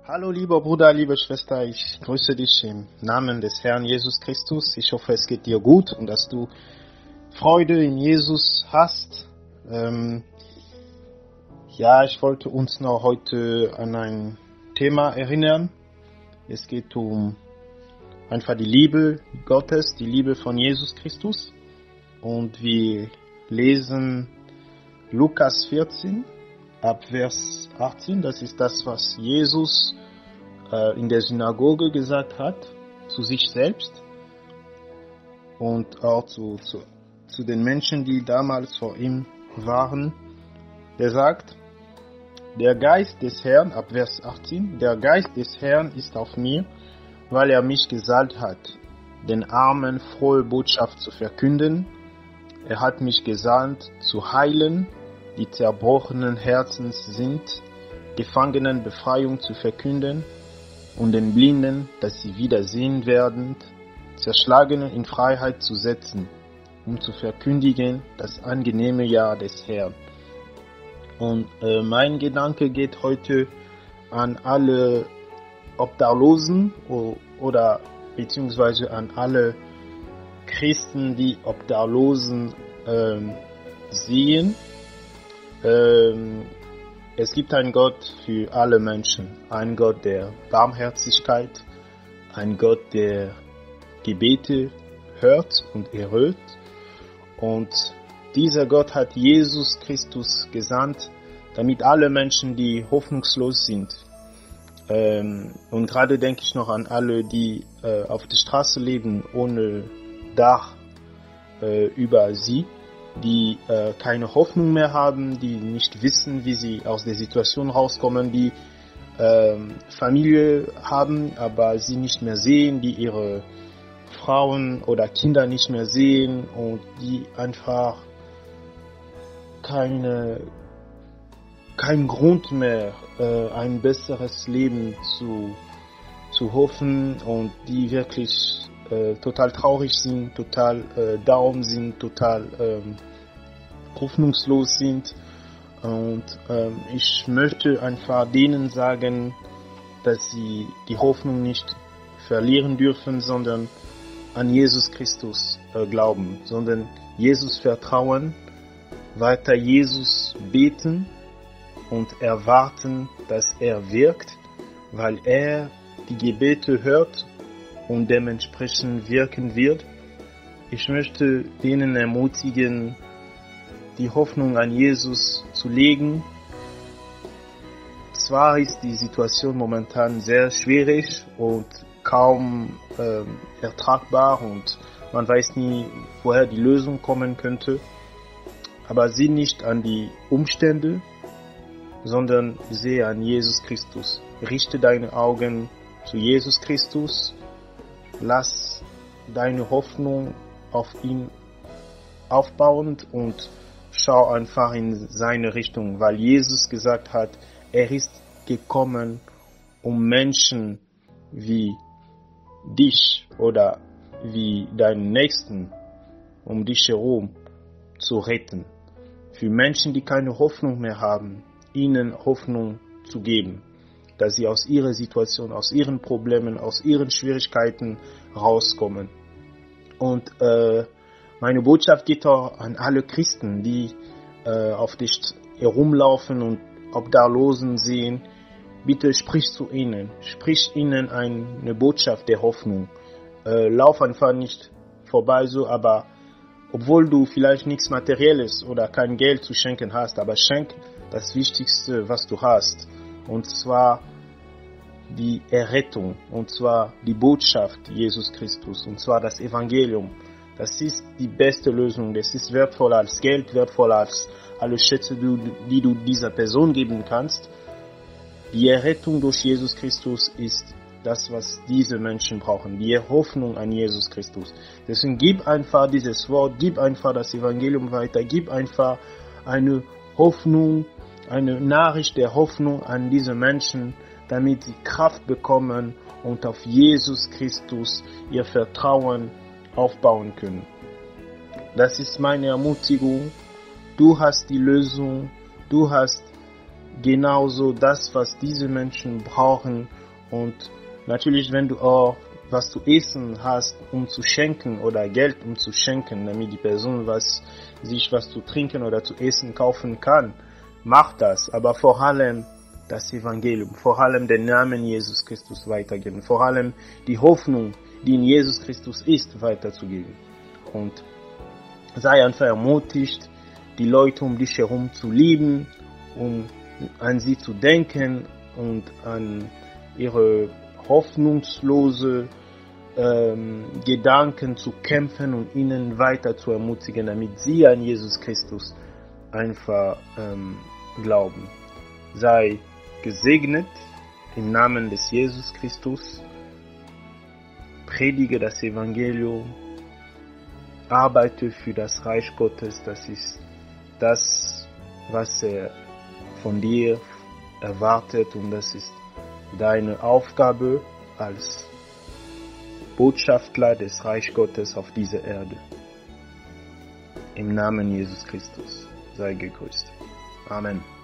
Hallo lieber Bruder, liebe Schwester, ich grüße dich im Namen des Herrn Jesus Christus. Ich hoffe, es geht dir gut und dass du Freude in Jesus hast. Ich wollte uns noch heute an ein Thema erinnern. Es geht um einfach die Liebe Gottes, die Liebe von Jesus Christus. Und wir lesen Lukas 14. Ab Vers 18, das ist das, was Jesus in der Synagoge gesagt hat, zu sich selbst und auch zu den Menschen, die damals vor ihm waren. Der sagt, der Geist des Herrn, ab Vers 18, der Geist des Herrn ist auf mir, weil er mich gesalbt hat, den Armen frohe Botschaft zu verkünden. Er hat mich gesandt, zu heilen, die zerbrochenen Herzens sind, Gefangenen Befreiung zu verkünden und den Blinden, dass sie wieder sehen werden, Zerschlagene in Freiheit zu setzen, um zu verkündigen das angenehme Jahr des Herrn. Und mein Gedanke geht heute an alle Obdachlosen oder beziehungsweise an alle Christen, die Obdachlosen sehen. Es gibt einen Gott für alle Menschen, einen Gott der Barmherzigkeit, einen Gott, der Gebete hört und erhört. Und dieser Gott hat Jesus Christus gesandt, damit alle Menschen, die hoffnungslos sind, und gerade denke ich noch an alle, die auf der Straße leben, ohne Dach über sie, die keine Hoffnung mehr haben, die nicht wissen, wie sie aus der Situation rauskommen, die Familie haben, aber sie nicht mehr sehen, die ihre Frauen oder Kinder nicht mehr sehen und die einfach keinen Grund mehr, ein besseres Leben zu hoffen und die wirklich total traurig sind, total down sind, total hoffnungslos sind. Und ich möchte einfach denen sagen, dass sie die Hoffnung nicht verlieren dürfen, sondern an Jesus Christus glauben, sondern Jesus vertrauen, weiter Jesus beten und erwarten, dass er wirkt, weil er die Gebete hört und dementsprechend wirken wird. Ich möchte denen ermutigen, die Hoffnung an Jesus zu legen. Zwar ist die Situation momentan sehr schwierig und kaum ertragbar und man weiß nie, woher die Lösung kommen könnte, aber sieh nicht an die Umstände, sondern sehe an Jesus Christus. Richte deine Augen zu Jesus Christus. Lass deine Hoffnung auf ihn aufbauen und schau einfach in seine Richtung, weil Jesus gesagt hat, er ist gekommen, um Menschen wie dich oder wie deinen Nächsten um dich herum zu retten. Für Menschen, die keine Hoffnung mehr haben, ihnen Hoffnung zu geben, dass sie aus ihrer Situation, aus ihren Problemen, aus ihren Schwierigkeiten rauskommen. Und meine Botschaft geht auch an alle Christen, die auf dich herumlaufen und Obdachlosen sehen. Bitte sprich zu ihnen, sprich ihnen eine Botschaft der Hoffnung. Lauf einfach nicht vorbei so, aber obwohl du vielleicht nichts Materielles oder kein Geld zu schenken hast, aber schenk das Wichtigste, was du hast. Und zwar die Errettung, und zwar die Botschaft Jesus Christus, und zwar das Evangelium. Das ist die beste Lösung, das ist wertvoller als Geld, wertvoller als alle Schätze, die du dieser Person geben kannst. Die Errettung durch Jesus Christus ist das, was diese Menschen brauchen, die Hoffnung an Jesus Christus. Deswegen gib einfach dieses Wort, gib einfach das Evangelium weiter, gib einfach eine Hoffnung, eine Nachricht der Hoffnung an diese Menschen, damit sie Kraft bekommen und auf Jesus Christus ihr Vertrauen aufbauen können. Das ist meine Ermutigung. Du hast die Lösung, du hast genauso das, was diese Menschen brauchen. Und natürlich, wenn du auch was zu essen hast, um zu schenken, oder Geld, um zu schenken, damit die Person sich was zu trinken oder zu essen kaufen kann, mach das. Aber vor allem das Evangelium, vor allem den Namen Jesus Christus weitergeben, vor allem die Hoffnung, die in Jesus Christus ist, weiterzugeben. Und sei einfach ermutigt, die Leute um dich herum zu lieben, um an sie zu denken und an ihre hoffnungslose Gedanken zu kämpfen und ihnen weiter zu ermutigen, damit sie an Jesus Christus einfach glauben. Sei gesegnet im Namen des Jesus Christus. Predige das Evangelium. Arbeite für das Reich Gottes. Das ist das, was er von dir erwartet, und das ist deine Aufgabe als Botschafter des Reich Gottes auf dieser Erde. Im Namen Jesus Christus sei gegrüßt. Amen.